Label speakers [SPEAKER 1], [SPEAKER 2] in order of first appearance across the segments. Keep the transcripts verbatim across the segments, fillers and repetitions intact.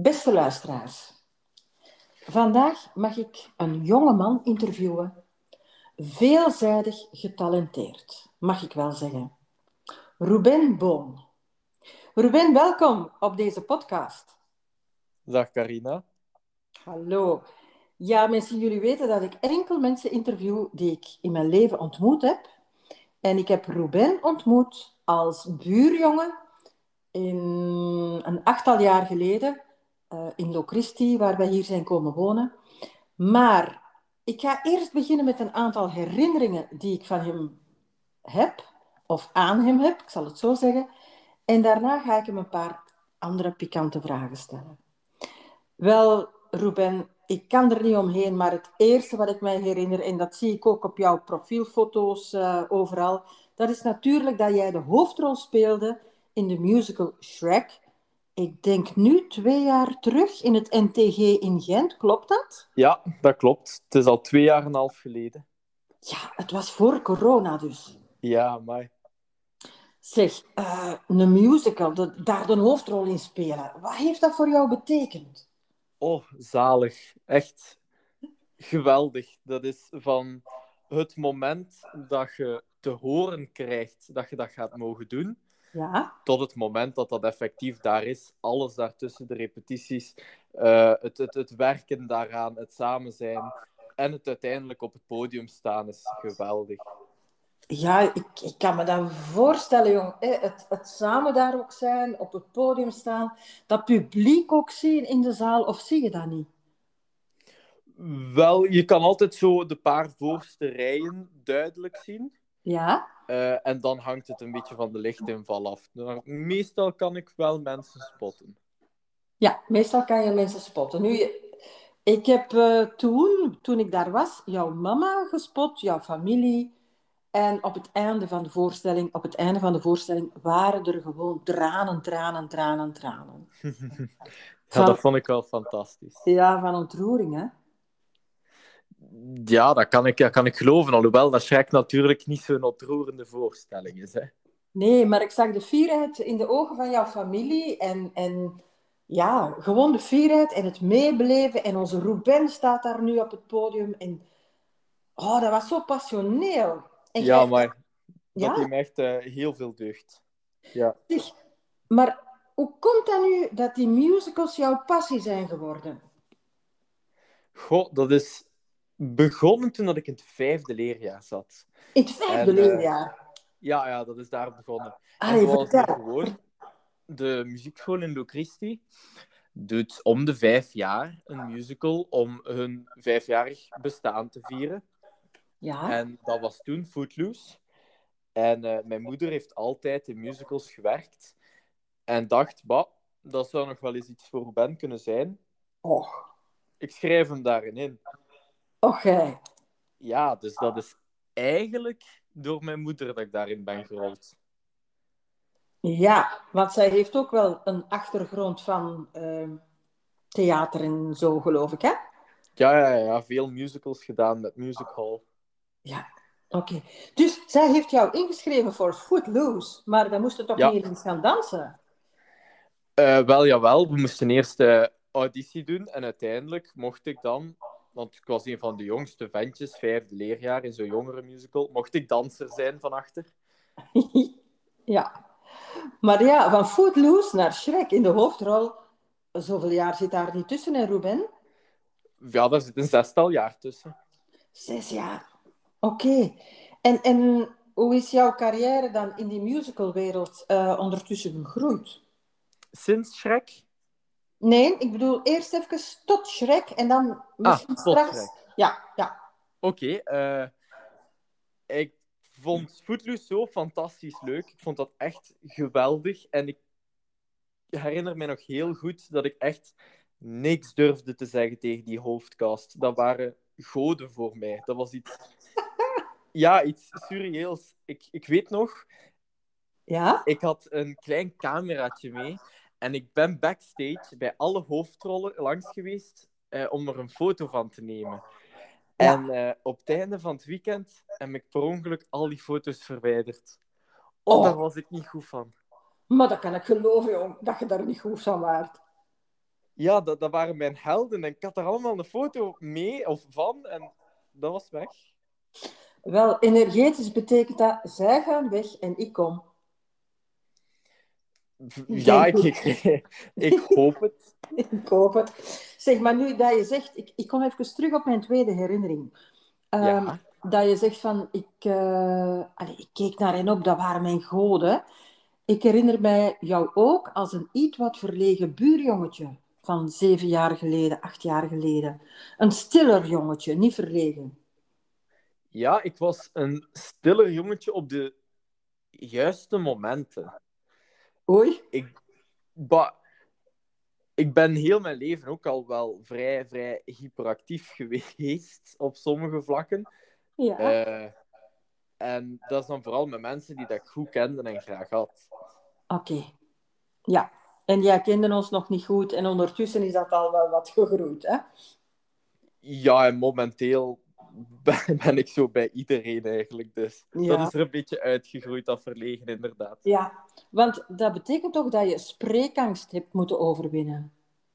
[SPEAKER 1] Beste luisteraars, vandaag mag ik een jonge man interviewen, veelzijdig getalenteerd, mag ik wel zeggen. Ruben Boon. Ruben, welkom op deze podcast.
[SPEAKER 2] Dag Carina.
[SPEAKER 1] Hallo. Ja, mensen, jullie weten dat ik enkel mensen interview die ik in mijn leven ontmoet heb. En ik heb Ruben ontmoet als buurjongen in een achttal jaar geleden uh, in Locristi, waar wij hier zijn komen wonen. Maar ik ga eerst beginnen met een aantal herinneringen die ik van hem heb, of aan hem heb, ik zal het zo zeggen. En daarna ga ik hem een paar andere pikante vragen stellen. Wel, Ruben, ik kan er niet omheen, maar het eerste wat ik mij herinner, en dat zie ik ook op jouw profielfoto's uh, overal, dat is natuurlijk dat jij de hoofdrol speelde in de musical Shrek. Ik denk nu twee jaar terug in het N T G in Gent, klopt dat?
[SPEAKER 2] Ja, dat klopt. Het is al twee jaar en een half geleden.
[SPEAKER 1] Ja, het was voor corona dus.
[SPEAKER 2] Ja, maar...
[SPEAKER 1] Zeg, uh, een musical, de, daar de hoofdrol in spelen, wat heeft dat voor jou betekend?
[SPEAKER 2] Oh, zalig. Echt geweldig. Dat is van het moment dat je te horen krijgt dat je dat gaat mogen doen,
[SPEAKER 1] Ja?
[SPEAKER 2] tot het moment dat dat effectief daar is. Alles daartussen, de repetities, uh, het, het, het werken daaraan, het samen zijn en het uiteindelijk op het podium staan is geweldig.
[SPEAKER 1] Ja, ik, ik kan me dat voorstellen, jong. Het, het samen daar ook zijn, op het podium staan, dat publiek ook zien in de zaal, of zie je dat niet?
[SPEAKER 2] Wel, je kan altijd zo de paar voorste rijen duidelijk zien.
[SPEAKER 1] Ja?
[SPEAKER 2] Uh, en dan hangt het een beetje van de lichtinval af. Nou, meestal kan ik wel mensen spotten.
[SPEAKER 1] Ja, meestal kan je mensen spotten. Nu, ik heb uh, toen, toen ik daar was, jouw mama gespot, jouw familie. En op het einde van de voorstelling, op het einde van de voorstelling waren er gewoon tranen, tranen, tranen, tranen.
[SPEAKER 2] Ja,
[SPEAKER 1] Van,
[SPEAKER 2] dat vond ik wel fantastisch.
[SPEAKER 1] Ja, van ontroering, hè?
[SPEAKER 2] Ja, dat kan ik, dat kan ik geloven. Alhoewel dat Shrek natuurlijk niet zo'n ontroerende voorstelling is, hè.
[SPEAKER 1] Nee, maar ik zag de fierheid in de ogen van jouw familie. En, en ja, gewoon de fierheid en het meebeleven. En onze Ruben staat daar nu op het podium. En oh, dat was zo passioneel. En
[SPEAKER 2] Ja,
[SPEAKER 1] jij,
[SPEAKER 2] maar dat
[SPEAKER 1] ja?
[SPEAKER 2] deed me echt uh, heel veel deugd. Ja.
[SPEAKER 1] Zeg, maar hoe komt dat nu dat die musicals jouw passie zijn geworden?
[SPEAKER 2] Goh, dat is begonnen toen dat ik in het vijfde leerjaar zat.
[SPEAKER 1] In het vijfde
[SPEAKER 2] en,
[SPEAKER 1] leerjaar?
[SPEAKER 2] Uh, ja, ja, dat is daar begonnen.
[SPEAKER 1] Ah,
[SPEAKER 2] en zoals nu
[SPEAKER 1] vertel.
[SPEAKER 2] gewoon, de muziekschool in Locristi doet om de vijf jaar een musical om hun vijfjarig bestaan te vieren.
[SPEAKER 1] Ja?
[SPEAKER 2] En dat was toen Footloose. En uh, mijn moeder heeft altijd in musicals gewerkt. En dacht, bah, dat zou nog wel eens iets voor Ben kunnen zijn.
[SPEAKER 1] Och.
[SPEAKER 2] Ik schrijf hem daarin in.
[SPEAKER 1] Och, gij.
[SPEAKER 2] Ja, dus dat is eigenlijk door mijn moeder dat ik daarin ben gerold.
[SPEAKER 1] Ja, want zij heeft ook wel een achtergrond van uh, theater en zo, geloof ik, hè?
[SPEAKER 2] Ja, ja, ja, veel musicals gedaan met Music Hall.
[SPEAKER 1] Ja, oké. Okay. Dus zij heeft jou ingeschreven voor Footloose, maar dan moest je toch
[SPEAKER 2] ja.
[SPEAKER 1] niet eens gaan dansen?
[SPEAKER 2] Uh, wel, jawel. We moesten eerst uh, auditie doen en uiteindelijk mocht ik dan, want ik was een van de jongste ventjes, vijfde leerjaar in zo'n jongere musical, mocht ik danser zijn van achter.
[SPEAKER 1] Ja. Maar ja, van Footloose naar Shrek in de hoofdrol, zoveel jaar zit daar niet tussen, hè, Ruben?
[SPEAKER 2] Ja, daar zit een zestal jaar tussen.
[SPEAKER 1] Zes jaar. Oké. Okay. En, en hoe is jouw carrière dan in die musicalwereld uh, ondertussen gegroeid?
[SPEAKER 2] Sinds Shrek?
[SPEAKER 1] Nee, ik bedoel eerst even tot Shrek en dan misschien
[SPEAKER 2] ah, tot
[SPEAKER 1] straks...
[SPEAKER 2] Shrek.
[SPEAKER 1] Ja, ja.
[SPEAKER 2] Oké. Okay, uh, ik vond Footloose zo fantastisch leuk. Ik vond dat echt geweldig. En ik herinner me nog heel goed dat ik echt niks durfde te zeggen tegen die hoofdcast. Dat waren goden voor mij. Dat was iets... Ja, iets surreëels. Ik, ik weet nog...
[SPEAKER 1] Ja?
[SPEAKER 2] Ik had een klein cameraatje mee. En ik ben backstage bij alle hoofdrollen langs geweest uh, om er een foto van te nemen. Ja. En uh, op het einde van het weekend heb ik per ongeluk al die foto's verwijderd. Oh, oh. Daar was ik niet goed van.
[SPEAKER 1] Maar dat kan ik geloven, jong, dat je daar niet goed van waart.
[SPEAKER 2] Ja, dat, dat waren mijn helden. En ik had er allemaal een foto mee of van. En dat was weg.
[SPEAKER 1] Wel, energetisch betekent dat, zij gaan weg en ik kom.
[SPEAKER 2] Ja,
[SPEAKER 1] Denk
[SPEAKER 2] ik,
[SPEAKER 1] ik.
[SPEAKER 2] ik, ik hoop het.
[SPEAKER 1] Ik hoop het. Zeg, maar nu dat je zegt... Ik, ik kom even terug op mijn tweede herinnering. Ehm,
[SPEAKER 2] Ja.
[SPEAKER 1] dat je zegt van... Ik, eh, allee, ik keek naar hen op, dat waren mijn goden. Ik herinner mij jou ook als een iets wat verlegen buurjongetje. Van zeven jaar geleden, acht jaar geleden. Een stiller jongetje, niet verlegen.
[SPEAKER 2] Ja, ik was een stiller jongetje op de juiste momenten.
[SPEAKER 1] Oei.
[SPEAKER 2] Ik, ba, ik ben heel mijn leven ook al wel vrij, vrij hyperactief geweest op sommige vlakken.
[SPEAKER 1] Ja.
[SPEAKER 2] Eh, en dat is dan vooral met mensen die dat ik goed kende en graag had.
[SPEAKER 1] Oké. Ja. En jij kende ons nog niet goed en ondertussen is dat al wel wat gegroeid, hè?
[SPEAKER 2] Ja, en momenteel ben, ben ik zo bij iedereen eigenlijk. Dus dat
[SPEAKER 1] Ja.
[SPEAKER 2] is er een beetje uitgegroeid, dat verlegen, inderdaad.
[SPEAKER 1] Ja. Want dat betekent toch dat je spreekangst hebt moeten overwinnen.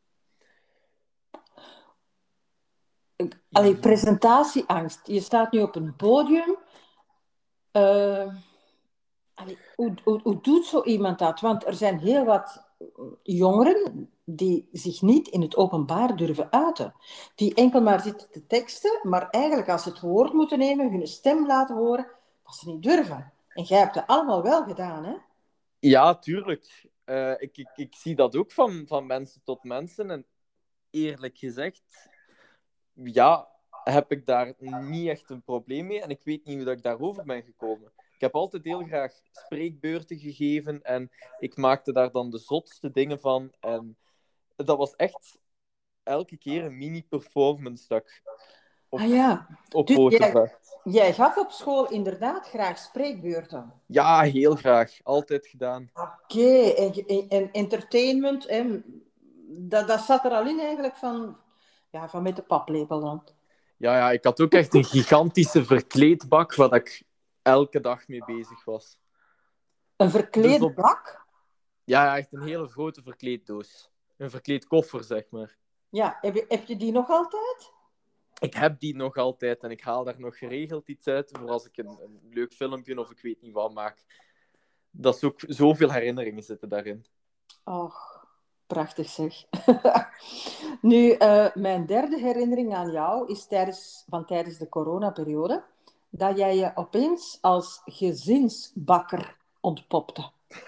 [SPEAKER 1] Allee, presentatieangst. Je staat nu op een podium. Uh, allee, hoe, hoe, hoe doet zo iemand dat? Want er zijn heel wat jongeren die zich niet in het openbaar durven uiten. Die enkel maar zitten te teksten, maar eigenlijk als ze het woord moeten nemen, hun stem laten horen, dat ze niet durven. En jij hebt dat allemaal wel gedaan, hè?
[SPEAKER 2] Ja, tuurlijk. Uh, ik, ik, ik zie dat ook van, van mensen tot mensen. En eerlijk gezegd, ja, heb ik daar niet echt een probleem mee. En ik weet niet hoe dat ik daarover ben gekomen. Ik heb altijd heel graag spreekbeurten gegeven. En ik maakte daar dan de zotste dingen van. En dat was echt elke keer een mini-performance dat ik op,
[SPEAKER 1] Ah ja,
[SPEAKER 2] op
[SPEAKER 1] dus
[SPEAKER 2] poten
[SPEAKER 1] jij,
[SPEAKER 2] bracht.
[SPEAKER 1] jij gaf op school inderdaad graag spreekbeurten.
[SPEAKER 2] Ja, heel graag. Altijd gedaan.
[SPEAKER 1] Oké, okay. en, en entertainment, hè, dat, dat zat er al in eigenlijk van, ja, van met de paplepel dan.
[SPEAKER 2] Ja, ja, ik had ook echt een gigantische verkleedbak waar ik elke dag mee bezig was.
[SPEAKER 1] Een
[SPEAKER 2] Dus
[SPEAKER 1] verkleed
[SPEAKER 2] op...
[SPEAKER 1] bak?
[SPEAKER 2] Ja, ja, echt een hele grote verkleeddoos. Een verkleedkoffer, zeg maar.
[SPEAKER 1] Ja, heb je, heb je die nog altijd?
[SPEAKER 2] Ik heb die nog altijd en ik haal daar nog geregeld iets uit voor als ik een, een leuk filmpje of ik weet niet wat maak. Dat is ook zoveel herinneringen zitten daarin.
[SPEAKER 1] Och, prachtig zeg. Nu, uh, mijn derde herinnering aan jou is tijdens, van tijdens de coronaperiode, dat jij je opeens als gezinsbakker ontpopte.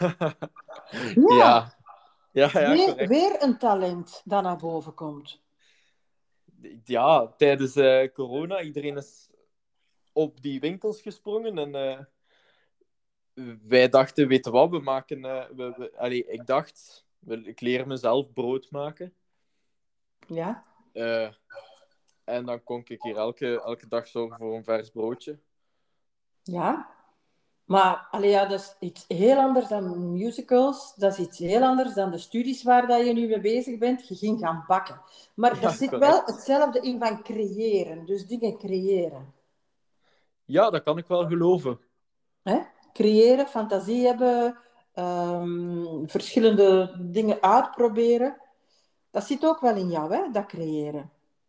[SPEAKER 2] Ja,
[SPEAKER 1] Ja,
[SPEAKER 2] ja, ja,
[SPEAKER 1] weer,
[SPEAKER 2] correct.
[SPEAKER 1] weer een talent dat naar boven komt.
[SPEAKER 2] Ja, tijdens uh, corona, iedereen is op die winkels gesprongen en uh, wij dachten, weet je wat, we maken... Uh, we, we, allee, ik dacht, ik leer mezelf brood maken.
[SPEAKER 1] Ja.
[SPEAKER 2] Uh, en dan kon ik hier elke, elke dag zorgen voor een vers broodje.
[SPEAKER 1] Ja. Maar allee, ja, dat is iets heel anders dan musicals. Dat is iets heel anders dan de studies waar dat je nu mee bezig bent. Je ging gaan bakken. Maar
[SPEAKER 2] Ja,
[SPEAKER 1] er zit
[SPEAKER 2] correct.
[SPEAKER 1] wel hetzelfde in van creëren. Dus dingen creëren.
[SPEAKER 2] Ja, dat kan ik wel geloven.
[SPEAKER 1] Hè? Creëren, fantasie hebben, um, verschillende dingen uitproberen. Dat zit ook wel in jou, hè? Dat creëren.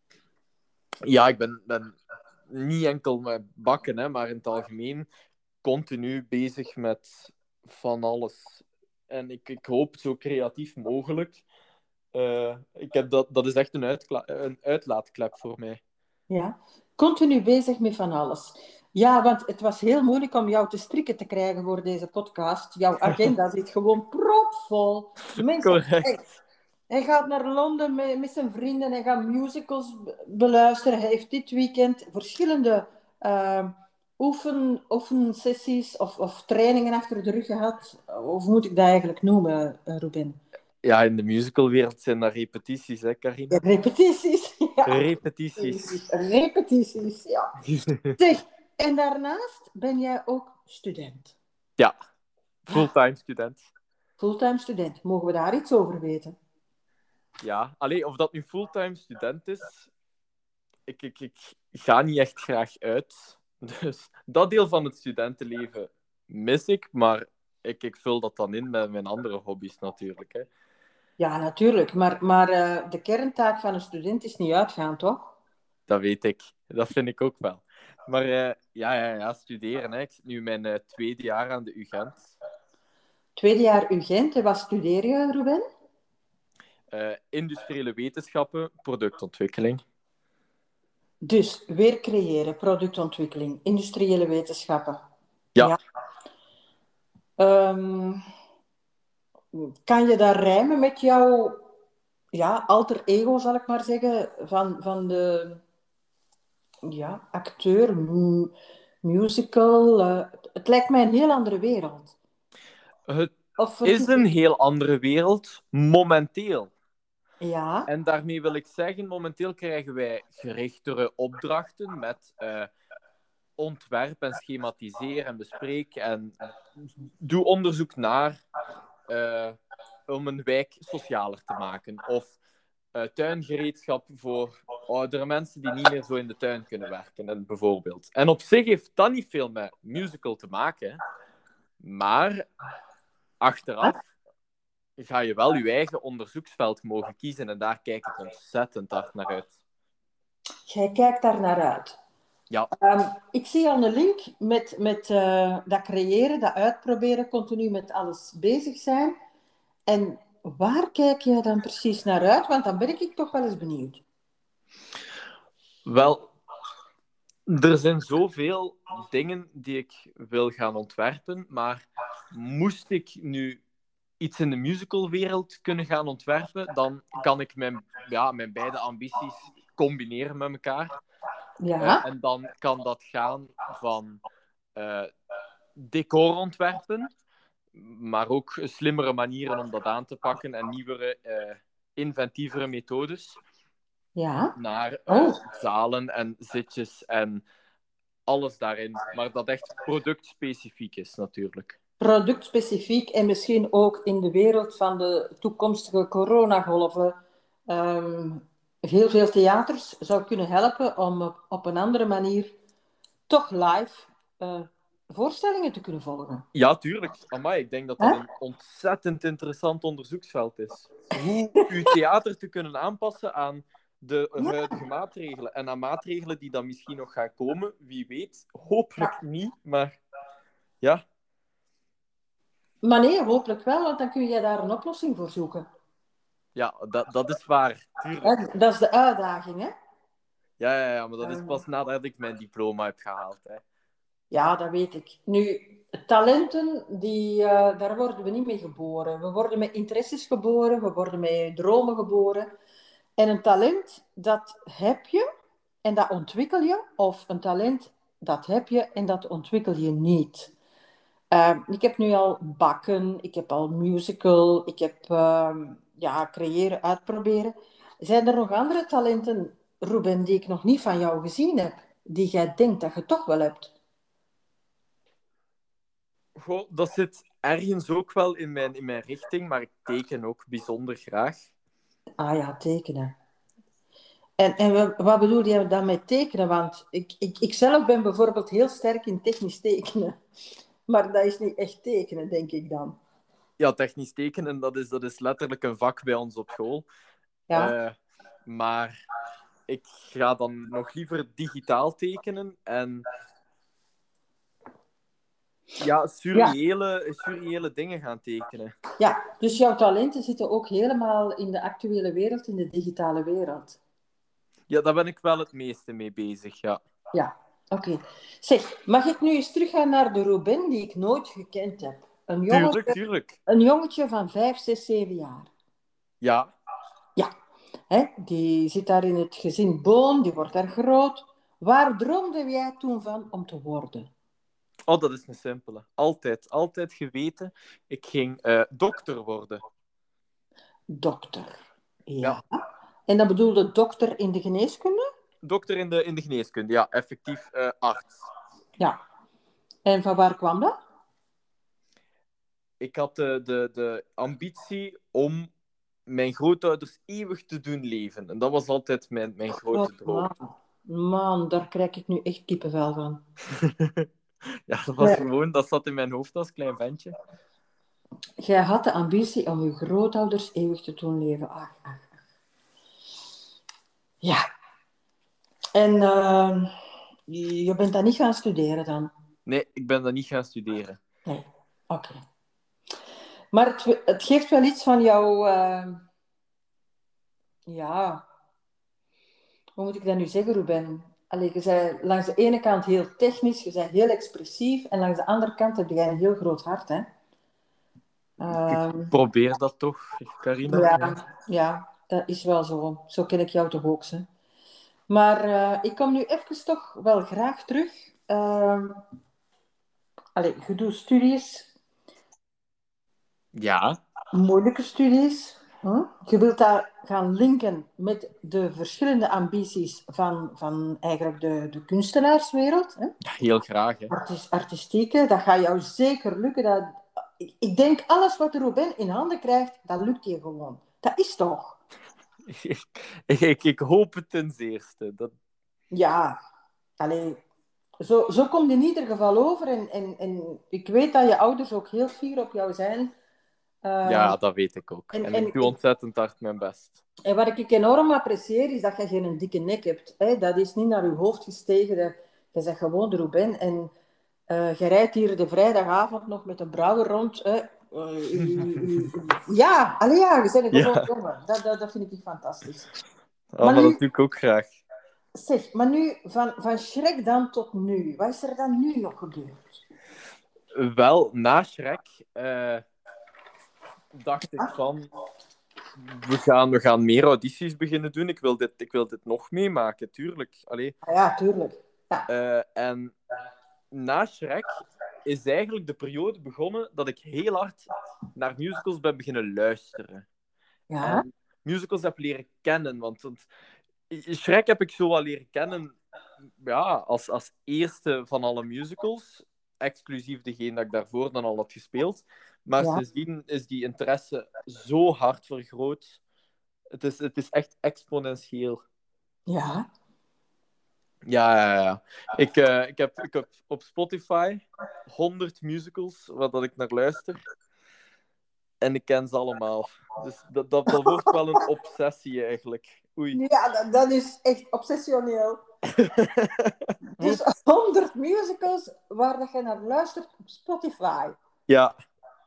[SPEAKER 2] Ja, ik ben, ben niet enkel met bakken, hè, maar in het algemeen continu bezig met van alles. En ik, ik hoop zo creatief mogelijk. Uh, ik heb dat, dat is echt een, uitkla- een uitlaatklep voor mij.
[SPEAKER 1] Ja, continu bezig met van alles. Ja, want het was heel moeilijk om jou te strikken te krijgen voor deze podcast. Jouw agenda zit gewoon propvol. Mensen,
[SPEAKER 2] Correct.
[SPEAKER 1] hij gaat naar Londen met, met zijn vrienden. Hij gaat musicals beluisteren. Hij heeft dit weekend verschillende uh, oefen, oefensessies of, of trainingen achter de rug gehad. Of moet ik dat eigenlijk noemen, Ruben?
[SPEAKER 2] Ja, in de musicalwereld zijn dat repetities, hè, Carina?
[SPEAKER 1] Ja, repetities. Ja.
[SPEAKER 2] Repetities.
[SPEAKER 1] Repetities, ja. Zeg, en daarnaast ben jij ook student.
[SPEAKER 2] Ja, fulltime student.
[SPEAKER 1] Fulltime student. Mogen we daar iets over weten?
[SPEAKER 2] Ja, alleen of dat nu fulltime student is, ik, ik, ik ga niet echt graag uit. Dus dat deel van het studentenleven mis ik, maar ik, ik vul dat dan in met mijn andere hobby's natuurlijk. Hè.
[SPEAKER 1] Ja, natuurlijk. Maar, maar eh, de kerntaak van een student is niet uitgaan, toch?
[SPEAKER 2] Dat weet ik. Dat vind ik ook wel. Maar eh, ja, ja, ja, studeren. Hè. Ik zit nu mijn eh, tweede jaar aan de U Gent.
[SPEAKER 1] Tweede jaar U Gent. En wat studeer je, Ruben?
[SPEAKER 2] Eh, industriële wetenschappen, productontwikkeling.
[SPEAKER 1] Dus weer creëren, productontwikkeling, industriële wetenschappen.
[SPEAKER 2] Ja,
[SPEAKER 1] Ja. Ehm, kan je dat rijmen met jouw ja, alter ego, zal ik maar zeggen, van, van de ja, acteur, mu- musical? eh, het lijkt mij een heel andere wereld.
[SPEAKER 2] het
[SPEAKER 1] Of
[SPEAKER 2] is
[SPEAKER 1] vergis
[SPEAKER 2] een
[SPEAKER 1] ik?
[SPEAKER 2] heel andere wereld, momenteel.
[SPEAKER 1] Ja,
[SPEAKER 2] En daarmee wil ik zeggen, momenteel krijgen wij gerichtere opdrachten met eh, ontwerp en schematiseer en bespreek en doe onderzoek naar eh, om een wijk socialer te maken. Of uh, tuingereedschap voor oudere mensen die niet meer zo in de tuin kunnen werken, en bijvoorbeeld. En op zich heeft dat niet veel met musical te maken, maar achteraf ga je wel je eigen onderzoeksveld mogen kiezen en daar kijk ik ontzettend hard naar uit.
[SPEAKER 1] jij kijkt daar naar uit.
[SPEAKER 2] Ja,
[SPEAKER 1] Um, ik zie al een link met, met uh, dat creëren, dat uitproberen, continu met alles bezig zijn. En waar kijk jij dan precies naar uit? Want dan ben ik toch wel eens benieuwd.
[SPEAKER 2] wel, er zijn zoveel dingen die ik wil gaan ontwerpen, maar moest ik nu iets in de musicalwereld kunnen gaan ontwerpen, dan kan ik mijn, ja, mijn beide ambities combineren met elkaar. Uh,
[SPEAKER 1] Ja,
[SPEAKER 2] en dan kan dat gaan van uh, decorontwerpen, maar ook slimmere manieren om dat aan te pakken en nieuwere, uh, inventievere methodes,
[SPEAKER 1] ja.
[SPEAKER 2] naar uh,
[SPEAKER 1] Oh,
[SPEAKER 2] zalen en zitjes en alles daarin. Maar dat echt productspecifiek is, natuurlijk.
[SPEAKER 1] productspecifiek en misschien ook in de wereld van de toekomstige coronagolven um, heel veel theaters zou kunnen helpen om op, op een andere manier toch live uh, voorstellingen te kunnen volgen.
[SPEAKER 2] Ja, tuurlijk. Amai, ik denk dat dat
[SPEAKER 1] Hè?
[SPEAKER 2] een ontzettend interessant onderzoeksveld is. Hoe uw theater te kunnen aanpassen aan de
[SPEAKER 1] Ja.
[SPEAKER 2] huidige maatregelen. En aan maatregelen die dan misschien nog gaan komen, wie weet. Hopelijk niet, maar ja.
[SPEAKER 1] Maar nee, hopelijk wel, want dan kun je daar een oplossing voor zoeken.
[SPEAKER 2] Ja, dat, dat is waar, tuurlijk.
[SPEAKER 1] Hè? Dat is de uitdaging, hè?
[SPEAKER 2] Ja, ja, ja, maar dat is
[SPEAKER 1] Um,
[SPEAKER 2] pas nadat ik mijn diploma heb gehaald. Hè.
[SPEAKER 1] ja, dat weet ik. Nu, talenten, die, uh, daar worden we niet mee geboren. We worden met interesses geboren, we worden met dromen geboren. En een talent, dat heb je en dat ontwikkel je. Of een talent, dat heb je en dat ontwikkel je niet. Uh, ik heb nu al bakken, ik heb al musical, ik heb uh, ja, creëren, uitproberen. Zijn er nog andere talenten, Ruben, die ik nog niet van jou gezien heb, die jij denkt dat je toch wel hebt?
[SPEAKER 2] Goh, dat zit ergens ook wel in mijn, in mijn richting, maar ik teken ook bijzonder graag.
[SPEAKER 1] Ah ja, tekenen. En, en wat bedoel je dan met tekenen? Want ik, ik, ik zelf ben bijvoorbeeld heel sterk in technisch tekenen. Maar dat is niet echt tekenen, denk ik dan.
[SPEAKER 2] Ja, technisch tekenen, dat is, dat is letterlijk een vak bij ons op school.
[SPEAKER 1] Ja,
[SPEAKER 2] Uh, maar ik ga dan nog liever digitaal tekenen en ja,
[SPEAKER 1] ja,
[SPEAKER 2] surreële, surreële dingen gaan tekenen.
[SPEAKER 1] ja. Dus jouw talenten zitten ook helemaal in de actuele wereld, in de digitale wereld.
[SPEAKER 2] Ja, daar ben ik wel het meeste mee bezig, ja.
[SPEAKER 1] Ja, oké. Okay. Zeg, mag ik nu eens teruggaan naar de Ruben die ik nooit gekend heb? Een
[SPEAKER 2] Tuurlijk,
[SPEAKER 1] jongetje,
[SPEAKER 2] tuurlijk.
[SPEAKER 1] een jongetje van vijf, zes, zeven jaar.
[SPEAKER 2] Ja.
[SPEAKER 1] Ja, hè, die zit daar in het gezin Boon, die wordt daar groot. Waar droomde jij toen van om te worden?
[SPEAKER 2] Oh, dat is een simpele. Altijd, altijd geweten. Ik ging uh, dokter worden.
[SPEAKER 1] Dokter. Ja.
[SPEAKER 2] Ja.
[SPEAKER 1] En dat bedoelde dokter in de geneeskunde?
[SPEAKER 2] Dokter in de, in de geneeskunde, ja. Effectief uh, arts.
[SPEAKER 1] Ja. En van waar kwam dat?
[SPEAKER 2] Ik had de, de, de ambitie om mijn grootouders eeuwig te doen leven. En dat was altijd mijn, mijn grote
[SPEAKER 1] Oh,
[SPEAKER 2] droom.
[SPEAKER 1] man. man, daar krijg ik nu echt kippenvel van.
[SPEAKER 2] Ja, dat was gewoon, dat zat in mijn hoofd als klein ventje.
[SPEAKER 1] jij had de ambitie om je grootouders eeuwig te doen leven. Ach, ach, ach. Ja. En uh, je bent dan niet gaan studeren dan?
[SPEAKER 2] Nee, ik ben dat niet gaan studeren.
[SPEAKER 1] Nee, oké. Okay. Maar het, het geeft wel iets van jouw... Uh, ja... Hoe moet ik dat nu zeggen, Ruben? Allee, je bent langs de ene kant heel technisch, je bent heel expressief, en langs de andere kant heb jij een heel groot hart, hè?
[SPEAKER 2] Ik
[SPEAKER 1] Um,
[SPEAKER 2] probeer dat toch, Carina.
[SPEAKER 1] ja,
[SPEAKER 2] Ja.
[SPEAKER 1] ja, dat is wel zo. Zo ken ik jou toch ook, hè? Maar uh, ik kom nu even toch wel graag terug. Uh, allee, je doet studies.
[SPEAKER 2] Ja.
[SPEAKER 1] Moeilijke studies. Hm? Je wilt daar gaan linken met de verschillende ambities van, van eigenlijk de, de kunstenaarswereld. Hè?
[SPEAKER 2] Ja, heel graag. Hè.
[SPEAKER 1] Artis, artistieke, dat gaat jou zeker lukken. Dat, ik, ik denk, alles wat Ruben in handen krijgt, dat lukt je gewoon. Dat is toch?
[SPEAKER 2] ik, ik, ik hoop het ten zeerste. Dat...
[SPEAKER 1] Ja, allee, zo, zo komt in ieder geval over. En, en, en ik weet dat je ouders ook heel fier op jou zijn. Uh,
[SPEAKER 2] ja, dat weet ik ook. En,
[SPEAKER 1] en,
[SPEAKER 2] en ik doe
[SPEAKER 1] en,
[SPEAKER 2] ontzettend hard mijn best.
[SPEAKER 1] En wat ik enorm apprecieer, is dat je geen dikke nek hebt. Hè? Dat is niet naar je hoofd gestegen. Dat, je zegt gewoon de Ruben. En uh, je rijdt hier de vrijdagavond nog met een brouwer rond. Hè? Uh, uh, uh, ja, allee, ja, je bent een gewoon
[SPEAKER 2] Ja.
[SPEAKER 1] jongen. Dat, dat, dat vind ik fantastisch.
[SPEAKER 2] Oh, maar, maar nu, dat doe ik ook graag.
[SPEAKER 1] Zeg, maar nu, van, van Shrek dan tot nu. Wat is er dan nu nog gebeurd?
[SPEAKER 2] Wel, na Shrek uh, dacht ik van... We gaan, we gaan meer audities beginnen doen. Ik wil dit, ik wil dit nog meemaken, tuurlijk. Allee.
[SPEAKER 1] Ja, tuurlijk. Ja.
[SPEAKER 2] Uh, en na Shrek is eigenlijk de periode begonnen dat ik heel hard naar musicals ben beginnen luisteren.
[SPEAKER 1] Ja.
[SPEAKER 2] En musicals heb leren kennen. Want, want Shrek heb ik zo wel leren kennen ja, als, als eerste van alle musicals. Exclusief degene dat ik daarvoor dan al had gespeeld. Maar ja. Sindsdien is die interesse zo hard vergroot. Het is, het is echt exponentieel.
[SPEAKER 1] Ja.
[SPEAKER 2] Ja, ja, ja. Ik, uh, ik, heb, ik heb op Spotify honderd musicals waar dat ik naar luister. En ik ken ze allemaal. Dus dat, dat, dat wordt wel een obsessie eigenlijk. Oei.
[SPEAKER 1] Ja, dat, dat is echt obsessioneel. Dus honderd musicals waar dat je naar luistert op Spotify.
[SPEAKER 2] Ja.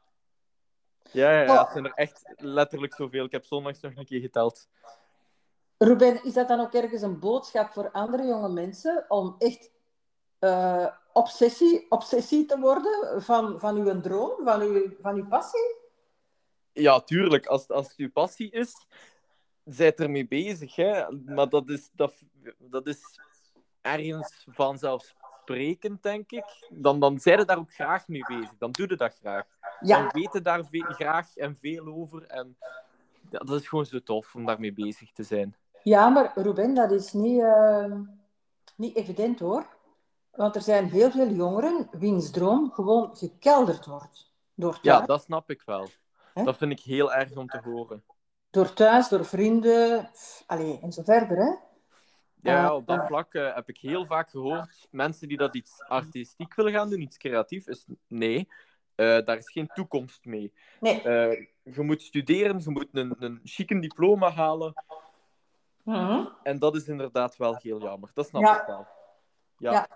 [SPEAKER 2] Ja, ja, ja, het zijn er echt letterlijk zoveel. Ik heb zondags nog een keer geteld.
[SPEAKER 1] Ruben, is dat dan ook ergens een boodschap voor andere jonge mensen om echt uh, obsessie, obsessie te worden van, van uw droom, van uw, van uw passie?
[SPEAKER 2] Ja, tuurlijk. Als, als het uw passie is, zijt ermee bezig. Hè? Maar dat is, dat, dat is ergens vanzelfsprekend, denk ik. Dan, dan zijn je daar ook graag mee bezig. Dan doe je dat graag. Ja. Dan weet je daar ve- graag en veel over. En ja, dat is gewoon zo tof om daarmee bezig te zijn.
[SPEAKER 1] Ja, maar Ruben, dat is niet, uh, niet evident hoor. Want er zijn heel veel jongeren wiens droom gewoon gekelderd wordt. Door thuis.
[SPEAKER 2] Ja, dat snap ik wel. He? Dat vind ik heel erg om te horen.
[SPEAKER 1] Door thuis, door vrienden, allee, en zo verder, hè?
[SPEAKER 2] Ja, op dat vlak uh, heb ik heel vaak gehoord, mensen die dat iets artistiek willen gaan doen, iets creatief, is nee, uh, daar is geen toekomst mee.
[SPEAKER 1] Nee.
[SPEAKER 2] Uh, je moet studeren, je moet een, een chique diploma halen.
[SPEAKER 1] Mm-hmm.
[SPEAKER 2] En dat is inderdaad wel heel jammer. Dat snap
[SPEAKER 1] ja.
[SPEAKER 2] ik wel. Ja.
[SPEAKER 1] ja.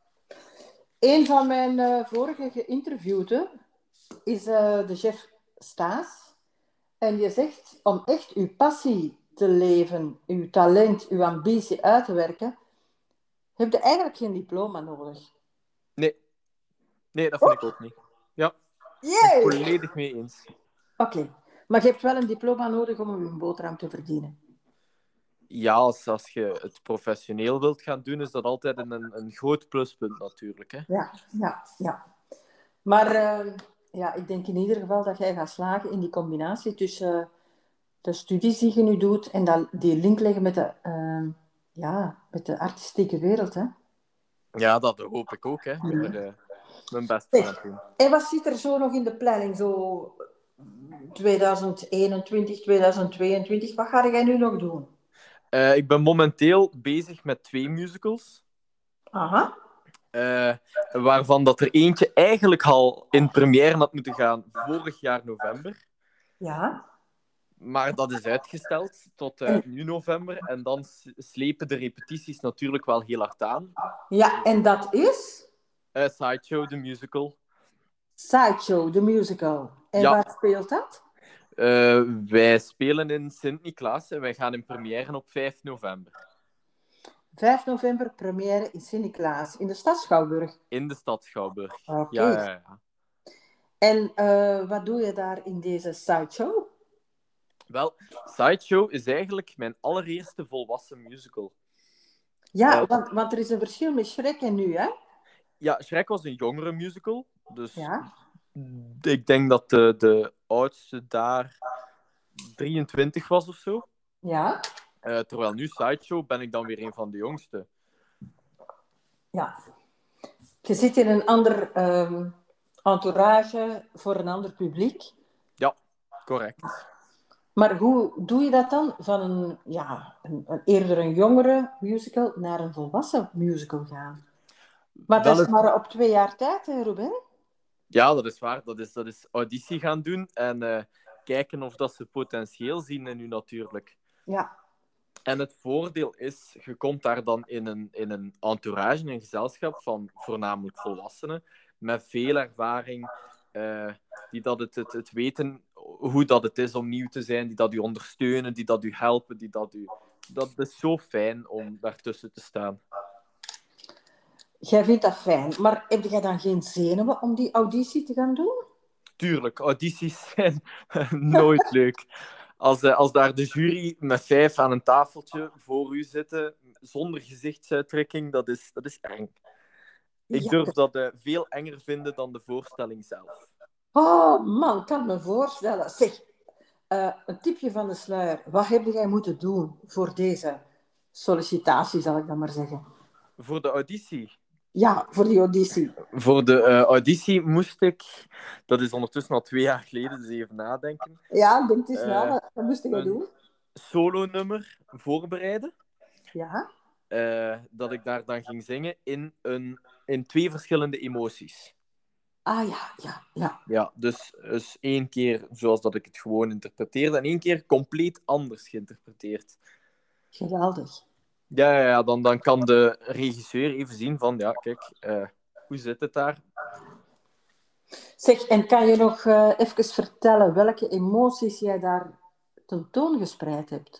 [SPEAKER 1] Een van mijn uh, vorige geïnterviewden is uh, de chef Staes. En je zegt, om echt uw passie te leven, uw talent, uw ambitie uit te werken, heb je eigenlijk geen diploma nodig.
[SPEAKER 2] Nee. Nee, dat vind oh. ik ook niet. Ja.
[SPEAKER 1] Yay.
[SPEAKER 2] Ik ben volledig mee eens.
[SPEAKER 1] Oké. Okay. Maar je hebt wel een diploma nodig om een boterham te verdienen.
[SPEAKER 2] Ja, als, als je het professioneel wilt gaan doen, is dat altijd een, een groot pluspunt natuurlijk. Hè?
[SPEAKER 1] Ja, ja, ja. Maar uh, ja, ik denk in ieder geval dat jij gaat slagen in die combinatie tussen uh, de studies die je nu doet en dat, die link leggen met de, uh, ja, met de artistieke wereld. Hè?
[SPEAKER 2] Ja, dat hoop ik ook. Hè. Ik wil er uh, mijn best van doen.
[SPEAKER 1] En wat zit er zo nog in de planning? Zo twintig eenentwintig, twintig tweeëntwintig, wat ga jij nu nog doen?
[SPEAKER 2] Uh, ik ben momenteel bezig met twee musicals.
[SPEAKER 1] Aha.
[SPEAKER 2] Uh, waarvan dat er eentje eigenlijk al in première had moeten gaan vorig jaar november.
[SPEAKER 1] Ja.
[SPEAKER 2] Maar dat is uitgesteld tot uh, nu november. En dan slepen de repetities natuurlijk wel heel hard aan.
[SPEAKER 1] Ja, en dat is?
[SPEAKER 2] Uh, Sideshow, the musical.
[SPEAKER 1] Sideshow, the musical. En
[SPEAKER 2] ja.
[SPEAKER 1] waar speelt dat?
[SPEAKER 2] Uh, wij spelen in Sint-Niklaas en wij gaan in première op vijf november.
[SPEAKER 1] vijf november, première in Sint-Niklaas, in de stad Schouwburg.
[SPEAKER 2] In de stad Schouwburg.
[SPEAKER 1] Oké.
[SPEAKER 2] Okay. Ja, ja, ja.
[SPEAKER 1] En uh, wat doe je daar in deze Sideshow?
[SPEAKER 2] Wel, Sideshow is eigenlijk mijn allereerste volwassen musical.
[SPEAKER 1] Ja, uh, want, want er is een verschil met Shrek en nu, hè?
[SPEAKER 2] Ja, Shrek was een jongere musical. Dus
[SPEAKER 1] ja.
[SPEAKER 2] ik denk dat de, de oudste daar drieëntwintig was of zo.
[SPEAKER 1] Ja.
[SPEAKER 2] Uh, terwijl nu Sideshow ben ik dan weer een van de jongste.
[SPEAKER 1] Ja. Je zit in een ander um, entourage voor een ander publiek.
[SPEAKER 2] Ja, correct.
[SPEAKER 1] Maar hoe doe je dat dan? Van een, ja, een, een eerder een jongere musical naar een volwassen musical gaan? Maar dat, dat is maar op twee jaar tijd, hè, Ruben?
[SPEAKER 2] Ja, dat is waar. Dat is, dat is auditie gaan doen en uh, kijken of dat ze potentieel zien in u natuurlijk.
[SPEAKER 1] Ja.
[SPEAKER 2] En het voordeel is, je komt daar dan in een, in een entourage, een gezelschap van voornamelijk volwassenen, met veel ervaring, uh, die dat het, het, het weten hoe dat het is om nieuw te zijn, die dat u ondersteunen, die dat u helpen, die dat u... Dat is zo fijn om daartussen te staan.
[SPEAKER 1] Jij vindt dat fijn, maar heb jij dan geen zenuwen om die auditie te gaan doen?
[SPEAKER 2] Tuurlijk, audities zijn nooit leuk. Als, uh, als daar de jury met vijf aan een tafeltje voor u zitten, zonder gezichtsuitdrukking, dat is, dat is eng. Ik ja. durf dat uh, veel enger vinden dan de voorstelling zelf.
[SPEAKER 1] Oh man, kan me voorstellen. Zeg, uh, een tipje van de sluier. Wat heb jij moeten doen voor deze sollicitatie, zal ik dan maar zeggen?
[SPEAKER 2] Voor de auditie?
[SPEAKER 1] Ja, voor die auditie.
[SPEAKER 2] Voor de uh, auditie moest ik, dat is ondertussen al twee jaar geleden, dus even nadenken.
[SPEAKER 1] Ja, denk eens uh, na, wat, wat moest je doen?
[SPEAKER 2] Solo-nummer voorbereiden.
[SPEAKER 1] Ja.
[SPEAKER 2] Uh, dat ik daar dan ging zingen in, een, in twee verschillende emoties.
[SPEAKER 1] Ah ja, ja, ja.
[SPEAKER 2] Ja, dus, dus één keer zoals dat ik het gewoon interpreteerde en één keer compleet anders geïnterpreteerd.
[SPEAKER 1] Geweldig.
[SPEAKER 2] Ja, ja, ja dan, dan kan de regisseur even zien van, ja, kijk, uh, hoe zit het daar?
[SPEAKER 1] Zeg, en kan je nog uh, even vertellen welke emoties jij daar tentoongespreid hebt?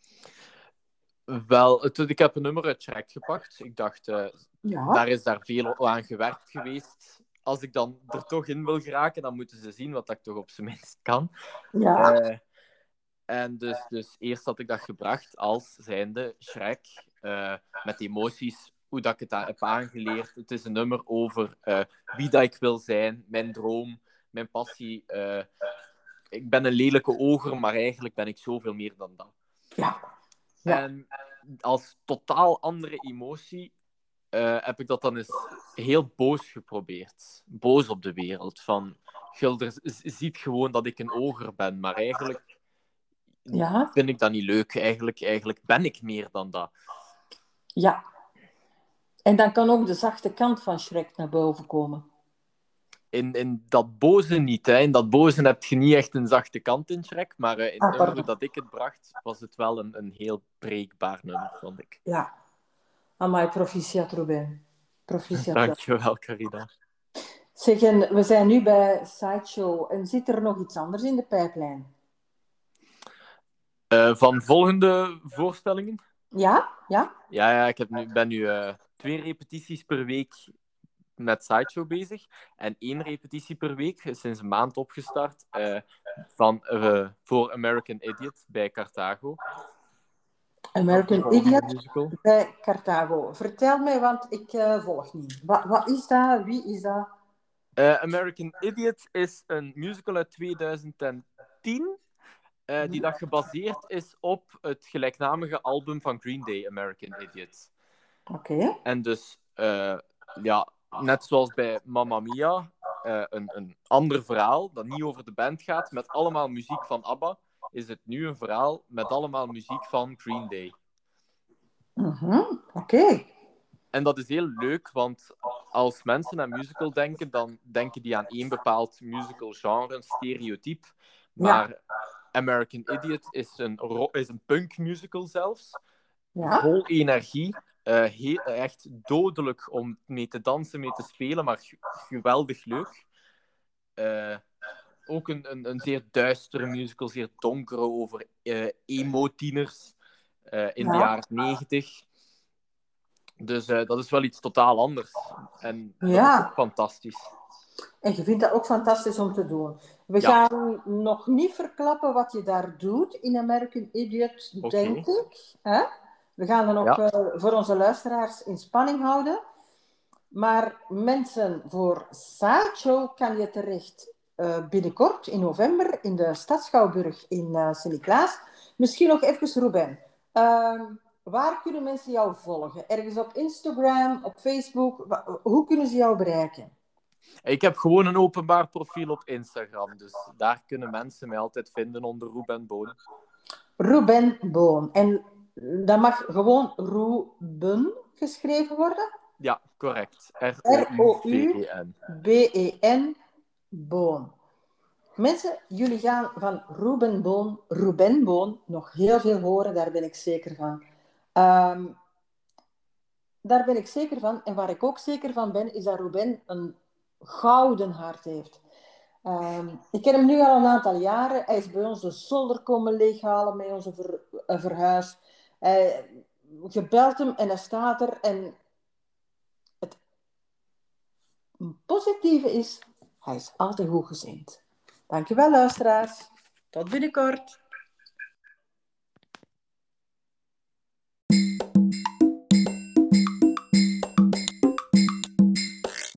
[SPEAKER 2] Wel, het, ik heb een nummer uit Shrek gepakt. Ik dacht, uh,
[SPEAKER 1] ja.
[SPEAKER 2] daar is daar veel aan gewerkt geweest. Als ik dan er toch in wil geraken, dan moeten ze zien wat ik toch op zijn minst kan.
[SPEAKER 1] Ja.
[SPEAKER 2] Uh, en dus, dus eerst had ik dat gebracht als zijnde Shrek, uh, met emoties, hoe dat ik het heb aangeleerd. Het is een nummer over uh, wie dat ik wil zijn, mijn droom, mijn passie. Uh, ik ben een lelijke oger, maar eigenlijk ben ik zoveel meer dan dat.
[SPEAKER 1] Ja. Ja.
[SPEAKER 2] En als totaal andere emotie uh, heb ik dat dan eens heel boos geprobeerd. Boos op de wereld. Van, Gulder ziet gewoon dat ik een oger ben, maar eigenlijk
[SPEAKER 1] ja.
[SPEAKER 2] vind ik dat niet leuk. Eigenlijk, eigenlijk ben ik meer dan dat.
[SPEAKER 1] Ja. En dan kan ook de zachte kant van Shrek naar boven komen.
[SPEAKER 2] In, in dat boze niet. Hè. In dat boze heb je niet echt een zachte kant in Shrek, maar uh, in het
[SPEAKER 1] ah,
[SPEAKER 2] nummer dat ik het bracht, was het wel een, een heel breekbaar nummer, vond ik.
[SPEAKER 1] Ja. Amai, proficiat, Ruben. Proficiat.
[SPEAKER 2] Dankjewel, Carina.
[SPEAKER 1] Zeg, en we zijn nu bij Sideshow. En zit er nog iets anders in de pijplijn?
[SPEAKER 2] Uh, van volgende voorstellingen?
[SPEAKER 1] Ja, ja.
[SPEAKER 2] Ja, ja ik heb nu, ben nu uh, twee repetities per week met Sideshow bezig. En één repetitie per week, sinds een maand opgestart, uh, van, uh, voor American Idiot bij Carthago.
[SPEAKER 1] American Idiot bij Carthago. Vertel mij, want ik uh, volg niet. Wat, wat is dat? Wie is dat?
[SPEAKER 2] Uh, American Idiot is een musical uit tweeduizend tien, uh, die dat gebaseerd is op het gelijknamige album van Green Day, American Idiot.
[SPEAKER 1] Oké. Okay.
[SPEAKER 2] En dus, uh, ja, net zoals bij Mamma Mia, uh, een, een ander verhaal dat niet over de band gaat, met allemaal muziek van ABBA, is het nu een verhaal met allemaal muziek van Green Day.
[SPEAKER 1] Mm-hmm. Oké. Okay.
[SPEAKER 2] En dat is heel leuk, want als mensen aan musical denken, dan denken die aan één bepaald musical genre, een stereotype.
[SPEAKER 1] Ja,
[SPEAKER 2] Maar American Idiot is een, ro- is een punk musical zelfs.
[SPEAKER 1] ja,
[SPEAKER 2] Vol energie. eh, heel, echt dodelijk om mee te dansen, mee te spelen, maar g- geweldig leuk. Eh, ook een, een, een zeer duistere musical, zeer donker over eh, emo-tieners eh, in de
[SPEAKER 1] ja,
[SPEAKER 2] jaren negentig. Dus eh, dat is wel iets totaal anders. En dat is ook
[SPEAKER 1] ja.
[SPEAKER 2] fantastisch.
[SPEAKER 1] En je vindt dat ook fantastisch om te doen. We
[SPEAKER 2] Ja,
[SPEAKER 1] gaan nog niet verklappen wat je daar doet in American Idiot, denk
[SPEAKER 2] oké.
[SPEAKER 1] ik. Hè? We gaan er nog
[SPEAKER 2] Ja,
[SPEAKER 1] eh, voor onze luisteraars in spanning houden. Maar mensen, voor Sideshow kan je terecht eh, binnenkort in november in de Stad Schouwburg in eh Sint-Niklaas. Misschien nog even, Ruben. Uh, waar kunnen mensen jou volgen? Ergens op Instagram, op Facebook? Wa- Hoe kunnen ze jou bereiken?
[SPEAKER 2] ik heb gewoon een openbaar profiel op Instagram, dus daar kunnen mensen mij altijd vinden onder Ruben Boon.
[SPEAKER 1] Ruben Boon. En dat mag gewoon Ruben geschreven worden.
[SPEAKER 2] Ja, correct. R-O-U-B-E-N.
[SPEAKER 1] R-O-U-B-E-N Boon. Mensen, jullie gaan van Ruben Boon, Ruben Boon nog heel veel horen, daar ben ik zeker van. Um, daar ben ik zeker van. En waar ik ook zeker van ben, is dat Ruben een gouden hart heeft. Um, ik ken hem nu al een aantal jaren. Hij is bij ons de zolder komen leeghalen met onze ver, uh, verhuis. Uh, je belt hem en hij staat er. En het positieve is, hij is altijd goed gezind. Dankjewel, luisteraars. Tot binnenkort.